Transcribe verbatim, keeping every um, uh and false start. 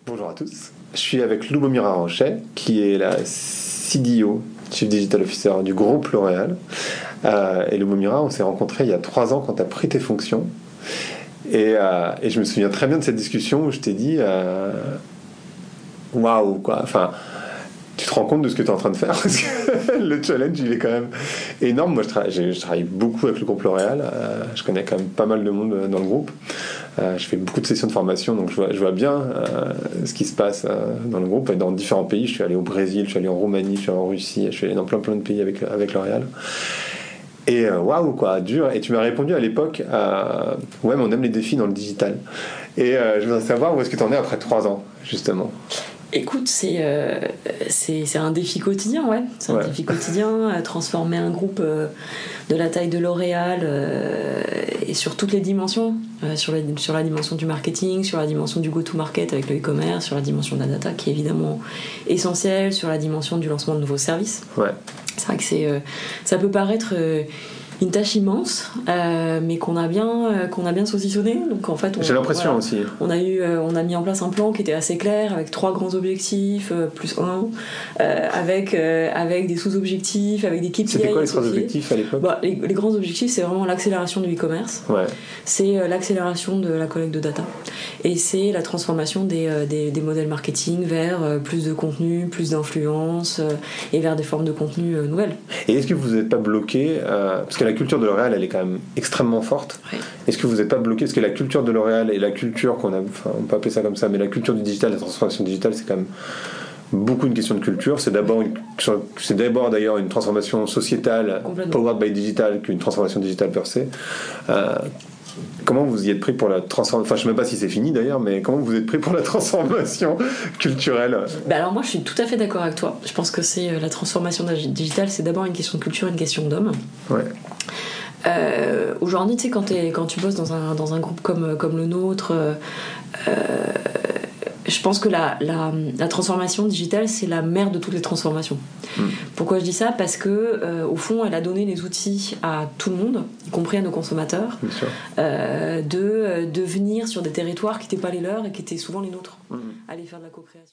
Bonjour à tous, je suis avec Lubomira Rochet, qui est la C D O, Chief Digital Officer du groupe L'Oréal. Euh, et Lubomira, on s'est rencontrés il y a trois ans quand tu as pris tes fonctions. Et, euh, et je me souviens très bien de cette discussion où je t'ai dit euh, waouh, quoi. Enfin, tu te rends compte de ce que tu es en train de faire parce que le challenge, il est quand même énorme. Moi, je, tra- je, je travaille beaucoup avec le groupe L'Oréal. Euh, je connais quand même pas mal de monde dans le groupe. Euh, je fais beaucoup de sessions de formation, donc je vois, je vois bien euh, ce qui se passe euh, dans le groupe et dans différents pays. Je suis allé au Brésil, je suis allé en Roumanie, je suis allé en Russie, je suis allé dans plein plein de pays avec, avec L'Oréal. Et euh, waouh, quoi, dur. Et tu m'as répondu à l'époque, euh, ouais, mais on aime les défis dans le digital. Et euh, je voudrais savoir où est-ce que tu en es après trois ans, justement. Écoute, c'est, euh, c'est, c'est un défi quotidien, ouais. C'est un Ouais. défi quotidien, euh, transformer un groupe euh, de la taille de L'Oréal euh, et sur toutes les dimensions, euh, sur, les, sur la dimension du marketing, sur la dimension du go-to-market avec le e-commerce, sur la dimension de la data qui est évidemment essentielle, sur la dimension du lancement de nouveaux services. Ouais. C'est vrai que c'est, euh, ça peut paraître euh, une tâche immense, euh, mais qu'on a bien, euh, qu'on a bien saucissonné. Donc en fait, on, j'ai l'impression voilà, aussi. On a eu, euh, on a mis en place un plan qui était assez clair, avec trois grands objectifs euh, plus un, euh, avec euh, avec des sous-objectifs, avec des K P I. C'était quoi les trois associés. objectifs à l'époque? Bah, les, les grands objectifs, c'est vraiment l'accélération du e-commerce. Ouais. C'est euh, l'accélération de la collecte de data, et c'est la transformation des euh, des, des modèles marketing vers euh, plus de contenu, plus d'influence euh, et vers des formes de contenu euh, nouvelles. Et est-ce que vous n'êtes pas bloqué euh, parce que la culture de L'Oréal, elle est quand même extrêmement forte. Ouais. Est-ce que vous n'êtes pas bloqué parce que la culture de L'Oréal et la culture qu'on a, enfin, on peut appeler ça comme ça, mais la culture du digital, la transformation digitale, c'est quand même beaucoup une question de culture. C'est d'abord, une, c'est d'abord d'ailleurs une transformation sociétale, powered by digital, qu'une transformation digitale per se. Euh, Comment vous y êtes pris pour la transformation? Enfin, je ne sais même pas si c'est fini d'ailleurs, mais comment vous êtes pris pour la transformation culturelle? Bah alors moi, je suis tout à fait d'accord avec toi. Je pense que c'est la transformation digitale, c'est d'abord une question de culture, une question d'homme. Ouais. Euh, aujourd'hui, tu sais, quand, quand tu bosses dans un, dans un groupe comme, comme le nôtre, euh, je pense que la, la, la transformation digitale, c'est la mère de toutes les transformations. Mmh. Pourquoi je dis ça? Parce que euh, au fond, elle a donné les outils à tout le monde, y compris à nos consommateurs, euh, de, de venir sur des territoires qui n'étaient pas les leurs et qui étaient souvent les nôtres, mmh. aller faire de la co-création.